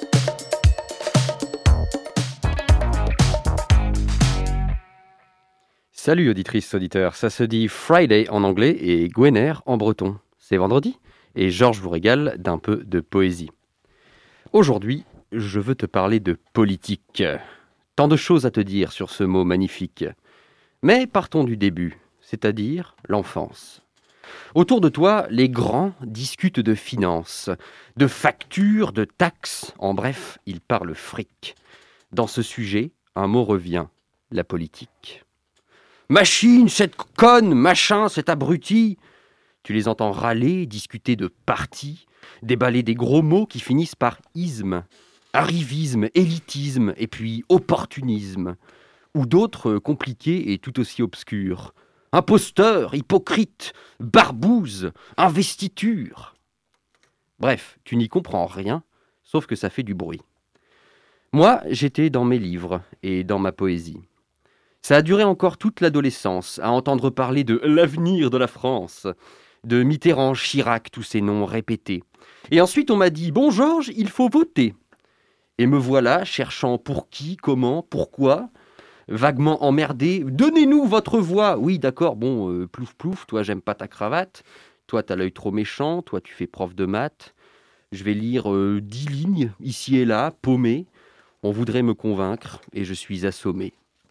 Salut auditrices, auditeurs, ça se dit Friday en anglais et Gwener en breton. C'est vendredi et Georges vous régale d'un peu de poésie. Aujourd'hui, je veux te parler de politique. Tant de choses à te dire sur ce mot magnifique. Mais partons du début, c'est-à-dire l'enfance. Autour de toi, les grands discutent de finances, de factures, de taxes, en bref, ils parlent fric. Dans ce sujet, un mot revient, la politique. Machine, cette conne, machin, cet abruti. Tu les entends râler, discuter de partis, déballer des gros mots qui finissent par isme, arrivisme, élitisme et puis opportunisme, ou d'autres compliqués et tout aussi obscurs. Imposteur, hypocrite, barbouze, investiture. Bref, tu n'y comprends rien, sauf que ça fait du bruit. Moi, j'étais dans mes livres et dans ma poésie. Ça a duré encore toute l'adolescence, à entendre parler de l'avenir de la France, de Mitterrand, Chirac, tous ces noms répétés. Et ensuite, on m'a dit « Bon, Georges, il faut voter ». Et me voilà, cherchant pour qui, comment, pourquoi, vaguement emmerdé. « Donnez-nous votre voix !» Oui, d'accord, bon, euh, plouf plouf, toi, j'aime pas ta cravate. Toi, t'as l'œil trop méchant. Toi, tu fais prof de maths. Je vais lire euh, dix lignes, ici et là, paumé. On voudrait me convaincre, et je suis assommé.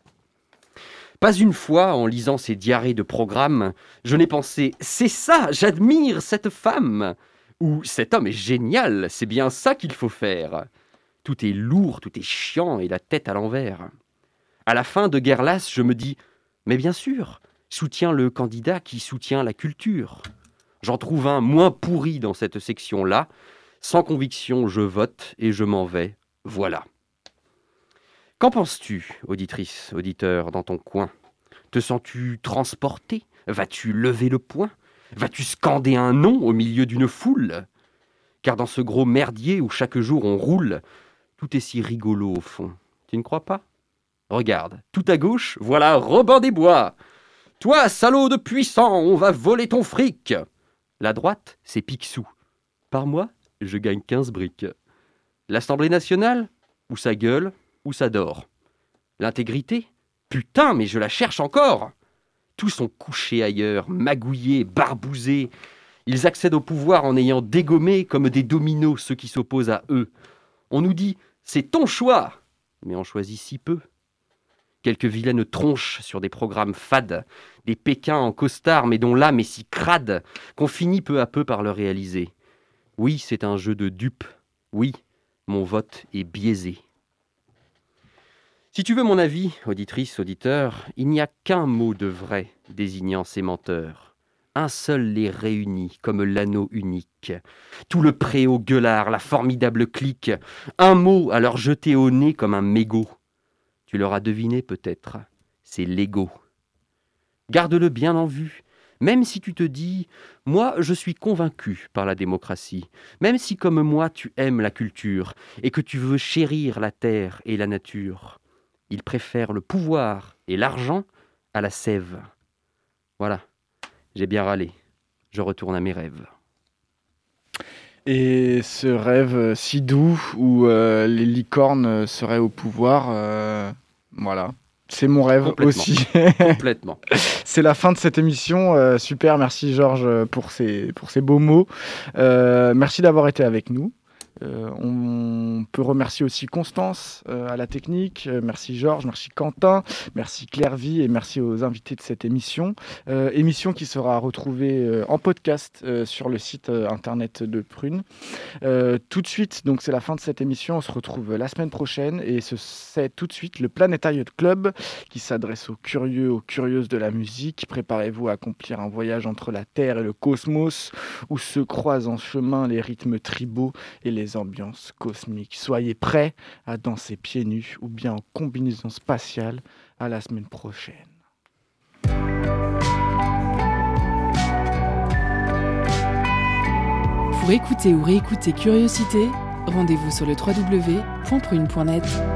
Pas une fois, en lisant ces diarrhées de programmes, je n'ai pensé « C'est ça, j'admire cette femme !» ou « Cet homme est génial, c'est bien ça qu'il faut faire !» Tout est lourd, tout est chiant et la tête à l'envers. À la fin de guerre lasse, je me dis « Mais bien sûr, soutiens le candidat qui soutient la culture. » J'en trouve un moins pourri dans cette section-là. Sans conviction, je vote et je m'en vais. Voilà. Qu'en penses-tu, auditrice, auditeur, dans ton coin ? Te sens-tu transporté ? Vas-tu lever le poing ? Vas-tu scander un nom au milieu d'une foule ? Car dans ce gros merdier où chaque jour on roule, tout est si rigolo au fond. Tu ne crois pas ? Regarde, tout à gauche, voilà Robin des Bois. Toi, salaud de puissant, on va voler ton fric. La droite, c'est Picsou. Par mois, je gagne quinze briques. L'Assemblée nationale ? Où ça gueule ? Où ça dort. L'intégrité ? Putain, mais je la cherche encore. Tous sont couchés ailleurs, magouillés, barbousés. Ils accèdent au pouvoir en ayant dégommé comme des dominos ceux qui s'opposent à eux. On nous dit « c'est ton choix !» mais on choisit si peu. Quelques vilaines tronches sur des programmes fades, des Pékins en costard mais dont l'âme est si crade qu'on finit peu à peu par le réaliser. Oui, c'est un jeu de dupes. Oui, mon vote est biaisé. Si tu veux mon avis, auditrice, auditeur, il n'y a qu'un mot de vrai désignant ces menteurs. Un seul les réunit comme l'anneau unique. Tout le préau gueulard, la formidable clique, un mot à leur jeter au nez comme un mégot. Tu l'auras deviné peut-être, c'est l'ego. Garde-le bien en vue, même si tu te dis « Moi, je suis convaincu par la démocratie », même si comme moi tu aimes la culture et que tu veux chérir la terre et la nature. Ils préfèrent le pouvoir et l'argent à la sève. Voilà, j'ai bien râlé. je retourne à mes rêves. Et ce rêve si doux où euh, les licornes seraient au pouvoir, euh, voilà. C'est mon rêve aussi. Complètement. C'est la fin de cette émission. Euh, super, merci Georges pour ces, pour ces beaux mots. Euh, merci d'avoir été avec nous. Euh, on peut remercier aussi Constance euh, à la technique, euh, merci Georges, merci Quentin, merci Claire-Vie et merci aux invités de cette émission. Euh, émission qui sera retrouvée euh, en podcast euh, sur le site euh, internet de Prune. Euh, tout de suite, donc c'est la fin de cette émission, on se retrouve la semaine prochaine et ce, c'est tout de suite le Planétarium Club qui s'adresse aux curieux, aux curieuses de la musique. Préparez-vous à accomplir un voyage entre la Terre et le cosmos où se croisent en chemin les rythmes tribaux et les ambiances cosmiques. Soyez prêts à danser pieds nus ou bien en combinaison spatiale. À la semaine prochaine. Pour écouter ou réécouter Curiosité, rendez-vous sur le w w w point prune point net.